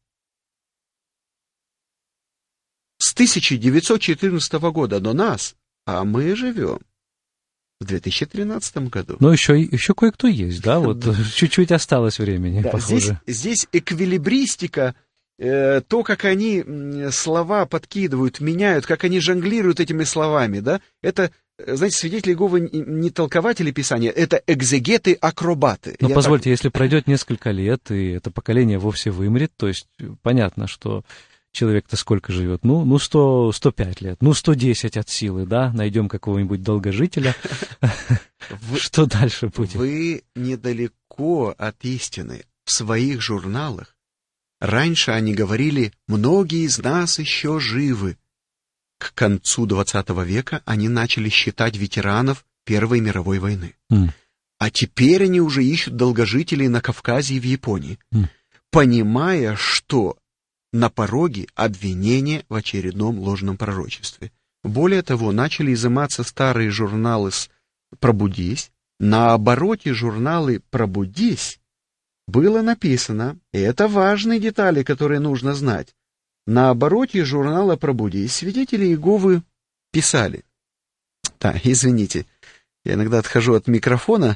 Speaker 3: с 1914 года до нас, а мы живем в 2013 году.
Speaker 2: Но еще кое-кто есть, да? Вот чуть-чуть осталось времени,
Speaker 3: да,
Speaker 2: похоже.
Speaker 3: Здесь эквилибристика, то, как они слова подкидывают, меняют, как они жонглируют этими словами, да? Это, знаете, свидетели Иеговы не толкователи Писания, это экзегеты-акробаты.
Speaker 2: Но позвольте, если пройдет несколько лет, и это поколение вовсе вымрет, то есть понятно, что человек-то сколько живет? 105 лет, 110 от силы, да? Найдем какого-нибудь долгожителя. Что дальше будет?
Speaker 3: Вы недалеко от истины. В своих журналах раньше они говорили: многие из нас еще живы. К концу 20 века они начали считать ветеранов Первой мировой войны. А теперь они уже ищут долгожителей на Кавказе и в Японии, понимая, что на пороге обвинения в очередном ложном пророчестве. Более того, начали изыматься старые журналы с «Пробудись». На обороте журналы «Пробудись» было написано, и это важные детали, которые нужно знать, на обороте журнала «Пробудись» свидетели Иеговы писали. Да, извините, я иногда отхожу от микрофона.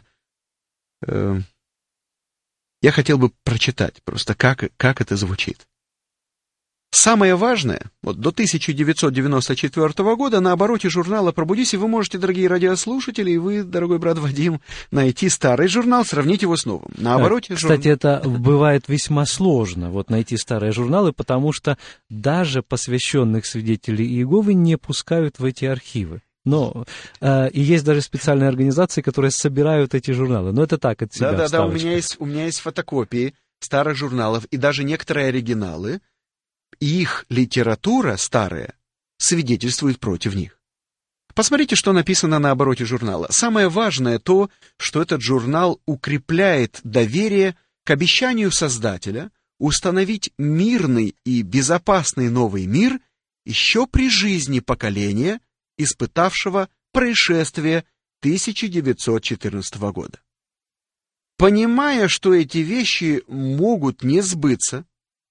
Speaker 3: Я хотел бы прочитать просто, как это звучит. Самое важное, вот до 1994 года на обороте журнала «Пробудись», и вы можете, дорогие радиослушатели, и вы, дорогой брат Вадим, найти старый журнал, сравнить его с новым. На обороте
Speaker 2: Кстати, это бывает весьма сложно, вот найти старые журналы, потому что даже посвященных свидетелей Иеговы не пускают в эти архивы. Но и есть даже специальные организации, которые собирают эти журналы. Но это так, от себя.
Speaker 3: Да, у меня есть фотокопии старых журналов и даже некоторые оригиналы. Их литература старая свидетельствует против них. Посмотрите, что написано на обороте журнала. Самое важное то, что этот журнал укрепляет доверие к обещанию Создателя установить мирный и безопасный новый мир еще при жизни поколения, испытавшего происшествие 1914 года. Понимая, что эти вещи могут не сбыться,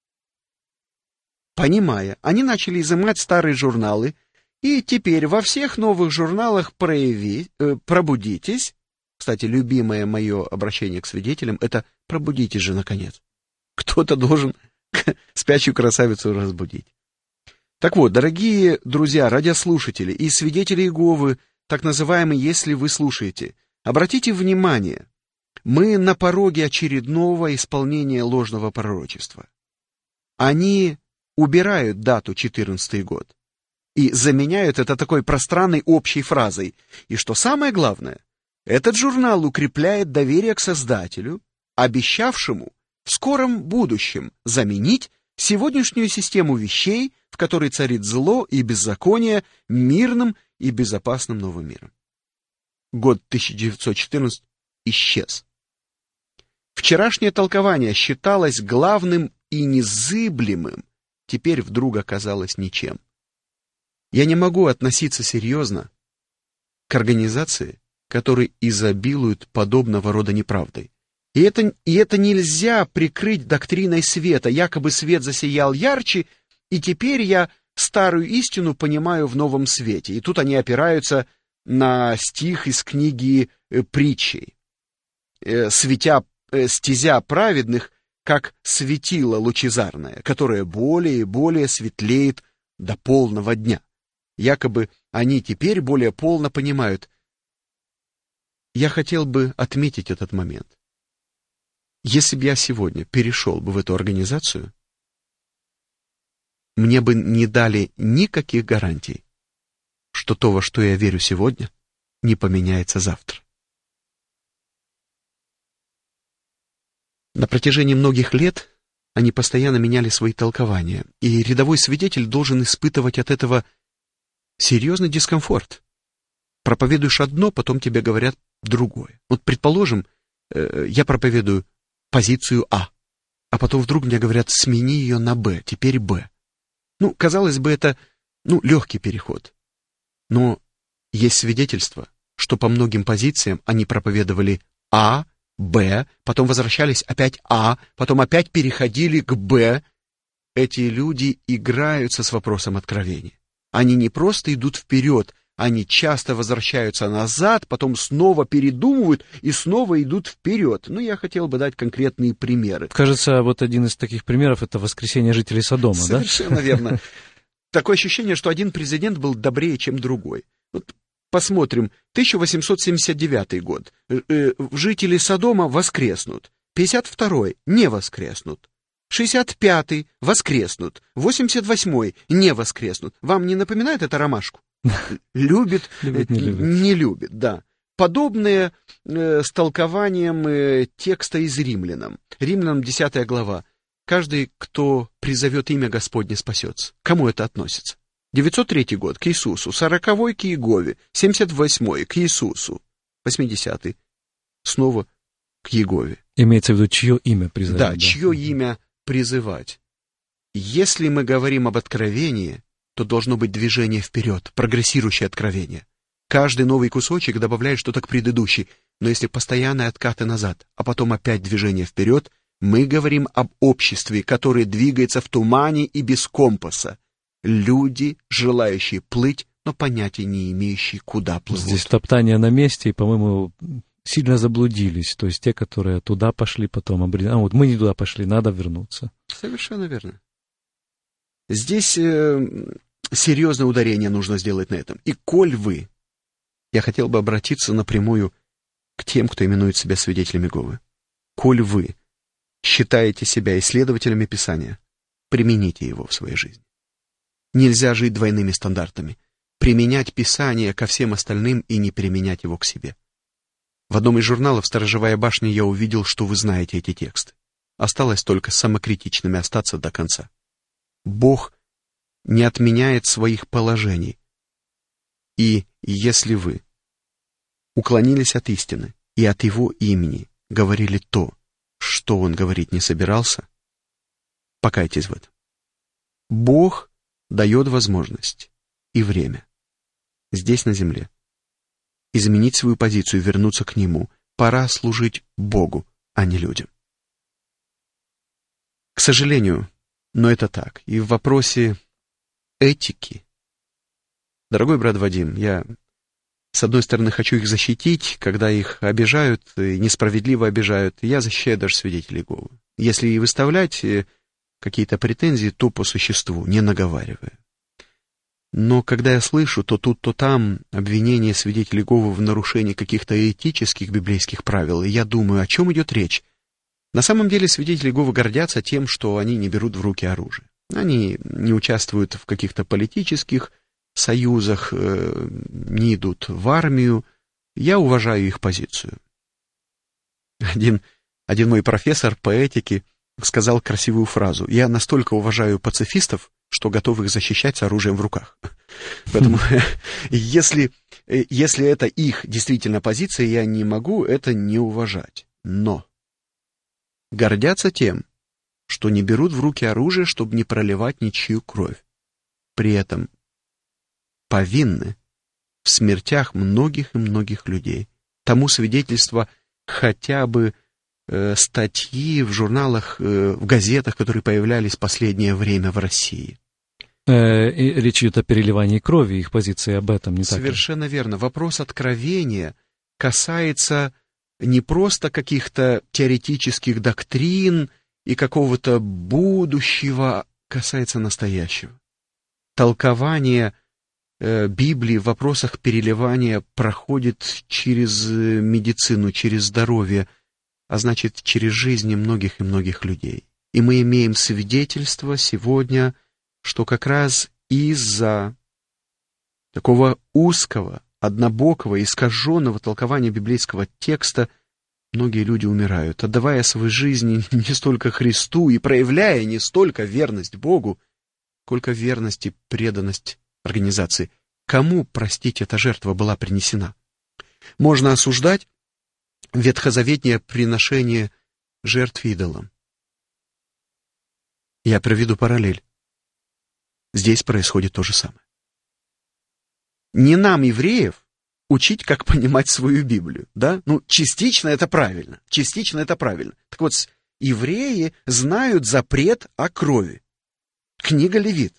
Speaker 3: они начали изымать старые журналы, и теперь во всех новых журналах «Пробудитесь». Кстати, любимое мое обращение к свидетелям — это «пробудитесь же, наконец». Кто-то должен спящую красавицу разбудить. Так вот, дорогие друзья, радиослушатели и свидетели Иеговы, так называемые, если вы слушаете, обратите внимание, мы на пороге очередного исполнения ложного пророчества. Они убирают дату 14 год и заменяют это такой пространной общей фразой. И что самое главное, этот журнал укрепляет доверие к Создателю, обещавшему в скором будущем заменить сегодняшнюю систему вещей, в которой царит зло и беззаконие, мирным и безопасным новым миром. Год 1914 исчез. Вчерашнее толкование считалось главным и незыблемым, теперь вдруг оказалось ничем. Я не могу относиться серьезно к организации, которые изобилуют подобного рода неправдой. И это нельзя прикрыть доктриной света, якобы свет засиял ярче, и теперь я старую истину понимаю в новом свете. И тут они опираются на стих из книги Притчей. «Стезя праведных, как светило лучезарное, которое более и более светлеет до полного дня». Якобы они теперь более полно понимают. Я хотел бы отметить этот момент. Если бы я сегодня перешел бы в эту организацию, мне бы не дали никаких гарантий, что то, во что я верю сегодня, не поменяется завтра. На протяжении многих лет они постоянно меняли свои толкования, и рядовой свидетель должен испытывать от этого серьезный дискомфорт. Проповедуешь одно, потом тебе говорят другое. Вот, предположим, я проповедую позицию А, а потом вдруг мне говорят, смени ее на Б, теперь Б. Казалось бы, это, легкий переход. Но есть свидетельство, что по многим позициям они проповедовали А, Б, потом возвращались опять А, потом опять переходили к Б. Эти люди играются с вопросом откровения. Они не просто идут вперед, они часто возвращаются назад, потом снова передумывают и снова идут вперед. Я хотел бы дать конкретные примеры.
Speaker 2: Кажется, вот один из таких примеров — это воскресение жителей Содома, да?
Speaker 3: Совершенно верно. Такое ощущение, что один президент был добрее, чем другой. Вот посмотрим. 1879 год. Жители Содома воскреснут. 52-й не воскреснут. 65-й воскреснут, 88-й не воскреснут. Вам не напоминает это ромашку? Любит, не любит, да. Подобное с толкованием текста из Римлянам. Римлянам 10 глава. Каждый, кто призовет имя Господне, спасется. Кому это относится? 903 год к Иисусу, 40-й к Иегове, 78-й к Иисусу, 80-й снова к Иегове.
Speaker 2: Имеется в виду, чье имя призывать.
Speaker 3: Да, чье имя призывать. Если мы говорим об откровении, то должно быть движение вперед, прогрессирующее откровение. Каждый новый кусочек добавляет что-то к предыдущей, но если постоянные откаты назад, а потом опять движение вперед, мы говорим об обществе, которое двигается в тумане и без компаса. Люди, желающие плыть, но понятия не имеющие, куда плывут.
Speaker 2: Здесь топтание на месте, и, по-моему, сильно заблудились. То есть те, которые туда пошли, потом обрели. Вот мы не туда пошли, надо вернуться.
Speaker 3: Совершенно верно. Здесь серьезное ударение нужно сделать на этом. И коль вы, я хотел бы обратиться напрямую к тем, кто именует себя свидетелями Иеговы. Коль вы считаете себя исследователями Писания, примените его в своей жизни. Нельзя жить двойными стандартами. Применять Писание ко всем остальным и не применять его к себе. В одном из журналов «Сторожевая башня» я увидел, что вы знаете эти тексты. Осталось только самокритичными остаться до конца. Бог не отменяет своих положений. И если вы уклонились от истины и от Его имени говорили то, что Он говорить не собирался, покайтесь в этом. Бог дает возможность и время здесь, на земле, изменить свою позицию и вернуться к Нему. Пора служить Богу, а не людям. К сожалению, но это так. И в вопросе этики, дорогой брат Вадим, я, с одной стороны, хочу их защитить, когда их обижают, и несправедливо обижают. Я защищаю даже свидетелей Иеговы. Если и выставлять какие-то претензии, то по существу, не наговаривая. Но когда я слышу то тут, то там обвинения свидетелей Иеговы в нарушении каких-то этических библейских правил, я думаю, о чем идет речь. На самом деле свидетели Иеговы гордятся тем, что они не берут в руки оружие. Они не участвуют в каких-то политических союзах, не идут в армию. Я уважаю их позицию. Один мой профессор по этике сказал красивую фразу: «Я настолько уважаю пацифистов, что готов их защищать с оружием в руках». Поэтому, если это их действительно позиция, я не могу это не уважать. Но гордятся тем, что не берут в руки оружие, чтобы не проливать ничью кровь. При этом повинны в смертях многих и многих людей. Тому свидетельство хотя бы статьи в журналах, в газетах, которые появлялись в последнее время в России.
Speaker 2: И речь идет о переливании крови, их позиции об этом, не так ли?
Speaker 3: Совершенно верно. Вопрос откровения касается не просто каких-то теоретических доктрин и какого-то будущего, касается настоящего. Толкование Библии в вопросах переливания проходит через медицину, через здоровье, а значит, через жизни многих и многих людей. И мы имеем свидетельство сегодня, что как раз из-за такого узкого, однобокого, искаженного толкования библейского текста многие люди умирают, отдавая свою жизнь не столько Христу и проявляя не столько верность Богу, сколько верность и преданность организации. Кому, простите, эта жертва была принесена? Можно осуждать ветхозаветнее приношение жертв идолам. Я проведу параллель. Здесь происходит то же самое. Не нам, евреев, учить, как понимать свою Библию, да? Частично это правильно, частично это правильно. Так вот, евреи знают запрет о крови. Книга Левит.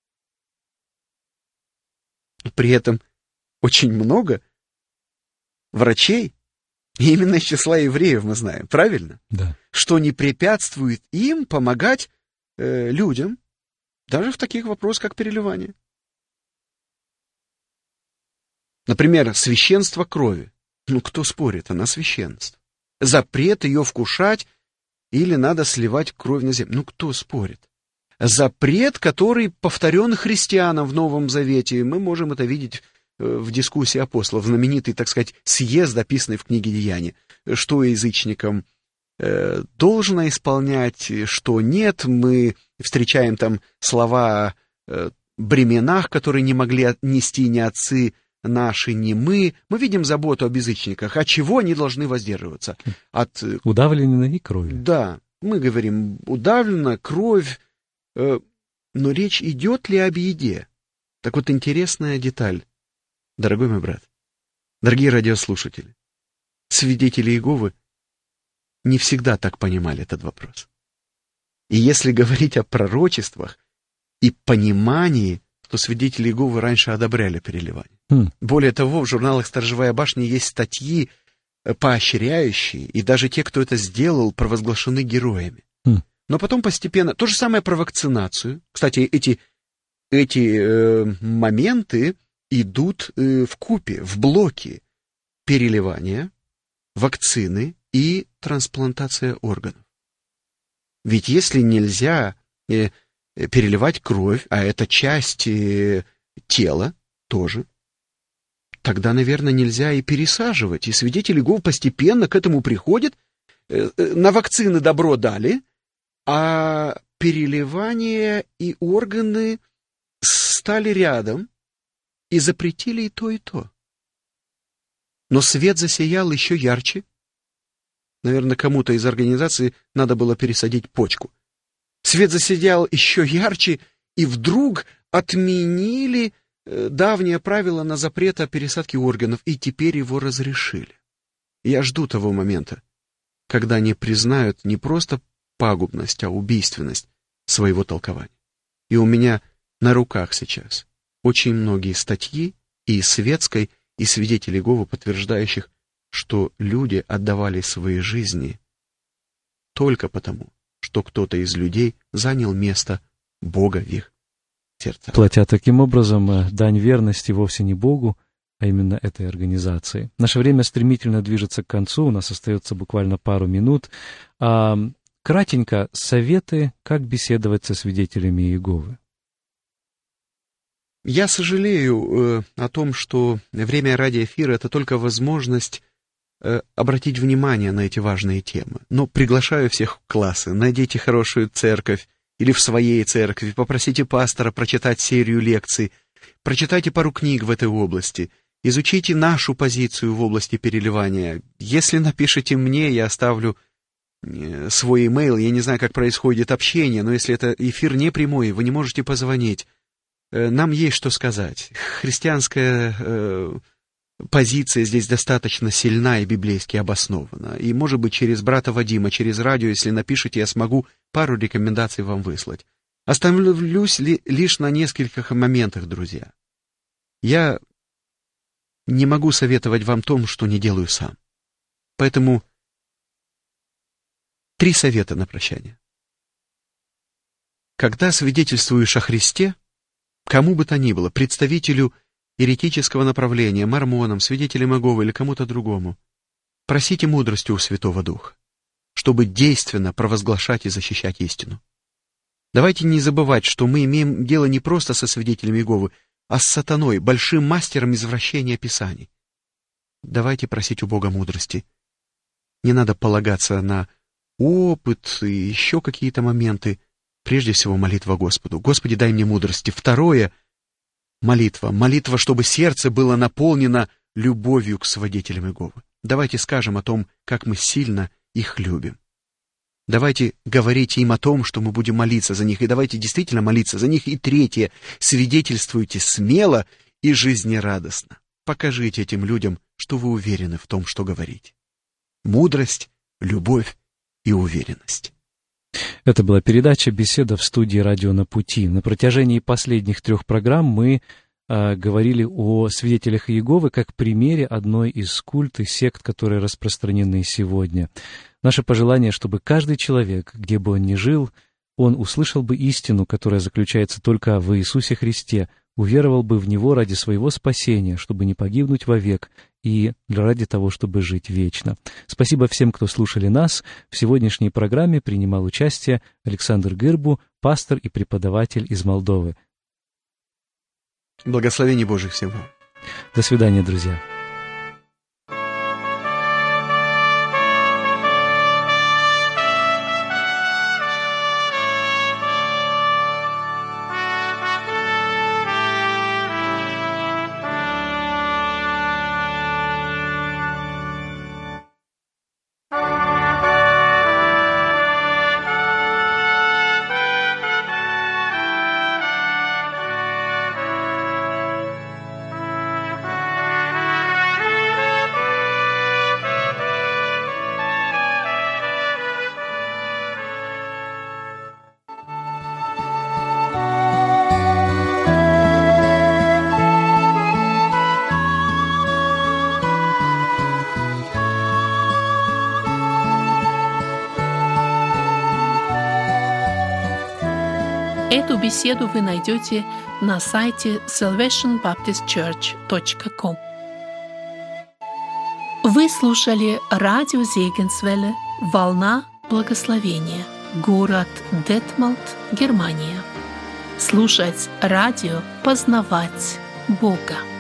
Speaker 3: При этом очень много врачей, именно из числа евреев мы знаем, правильно?
Speaker 2: Да.
Speaker 3: Что не препятствует им помогать людям, даже в таких вопросах, как переливание. Например, священство крови. Кто спорит? Она священство. Запрет ее вкушать или надо сливать кровь на землю. Ну, кто спорит? Запрет, который повторен христианам в Новом Завете. Мы можем это видеть в дискуссии апостолов, знаменитый, так сказать, съезд, описанный в книге Деяния. Что язычникам должно исполнять, что нет. Мы встречаем там слова о бременах, которые не могли нести ни отцы наши, ни мы. Мы видим заботу об язычниках. От чего они должны воздерживаться? От
Speaker 2: удавленной крови.
Speaker 3: Да, мы говорим удавлена, кровь. Но речь идет ли об еде? Так вот, интересная деталь, дорогой мой брат, дорогие радиослушатели, свидетели Иеговы не всегда так понимали этот вопрос. И если говорить о пророчествах и понимании, то свидетели Иеговы раньше одобряли переливание. Более того, в журналах «Сторожевая башня» есть статьи, поощряющие, и даже те, кто это сделал, провозглашены героями. Но потом постепенно... То же самое про вакцинацию. Кстати, эти моменты идут вкупе, в блоке: переливания, вакцины и трансплантация органов. Ведь если нельзя переливать кровь, а это часть тела тоже, тогда, наверное, нельзя и пересаживать. И свидетели Иеговы постепенно к этому приходят. На вакцины добро дали, а переливание и органы стали рядом и запретили и то, и то. Но свет засиял еще ярче. Наверное, кому-то из организации надо было пересадить почку. Свет засиял еще ярче, и вдруг отменили давнее правило на запрет о пересадке органов, и теперь его разрешили. Я жду того момента, когда они признают не просто пагубность, а убийственность своего толкования. И у меня на руках сейчас очень многие статьи и из светской, и свидетелей Иеговы, подтверждающих, что люди отдавали свои жизни только потому, что кто-то из людей занял место Бога в их сердцах.
Speaker 2: Платя таким образом дань верности вовсе не Богу, а именно этой организации. Наше время стремительно движется к концу, у нас остается буквально пару минут. Кратенько, советы, как беседовать со свидетелями Иеговы.
Speaker 3: Я сожалею о том, что время радиоэфира — это только возможность обратить внимание на эти важные темы. Но приглашаю всех в классы, найдите хорошую церковь или в своей церкви, попросите пастора прочитать серию лекций, прочитайте пару книг в этой области, изучите нашу позицию в области переливания. Если напишите мне, я оставлю свой имейл. Я не знаю, как происходит общение, но если это эфир не прямой, вы не можете позвонить. Нам есть что сказать. Христианская позиция здесь достаточно сильна и библейски обоснована. И, может быть, через брата Вадима, через радио, если напишите, я смогу пару рекомендаций вам выслать. Остановлюсь лишь на нескольких моментах, друзья. Я не могу советовать вам то, что не делаю сам. Поэтому 3 совета на прощание. Когда свидетельствуешь о Христе, кому бы то ни было, представителю еретического направления, мормонам, свидетелям Иеговы или кому-то другому, просите мудрости у Святого Духа, чтобы действенно провозглашать и защищать истину. Давайте не забывать, что мы имеем дело не просто со свидетелями Иеговы, а с сатаной, большим мастером извращения Писаний. Давайте просить у Бога мудрости. Не надо полагаться на опыт и еще какие-то моменты. Прежде всего, молитва Господу. Господи, дай мне мудрости. Второе — молитва. Молитва, чтобы сердце было наполнено любовью к свидетелям Иеговы. Давайте скажем о том, как мы сильно их любим. Давайте говорить им о том, что мы будем молиться за них. И давайте действительно молиться за них. И третье — свидетельствуйте смело и жизнерадостно. Покажите этим людям, что вы уверены в том, что говорите. Мудрость, любовь и уверенность.
Speaker 2: Это была передача «Беседа» в студии «Радио на пути». На протяжении последних 3 программ мы говорили о свидетелях Иеговы как примере одной из культ и сект, которые распространены сегодня. Наше пожелание, чтобы каждый человек, где бы он ни жил, он услышал бы истину, которая заключается только в Иисусе Христе, уверовал бы в Него ради своего спасения, чтобы не погибнуть вовек и ради того, чтобы жить вечно. Спасибо всем, кто слушали нас. В сегодняшней программе принимал участие Александр Гырбу, пастор и преподаватель из Молдовы.
Speaker 3: Благословений Божьих всем вам.
Speaker 2: До свидания, друзья.
Speaker 1: Эту беседу вы найдете на сайте salvationbaptistchurch.com. Вы слушали радио Зегенсвелле «Волна благословения», город Детмолд, Германия. Слушать радио, познавать Бога.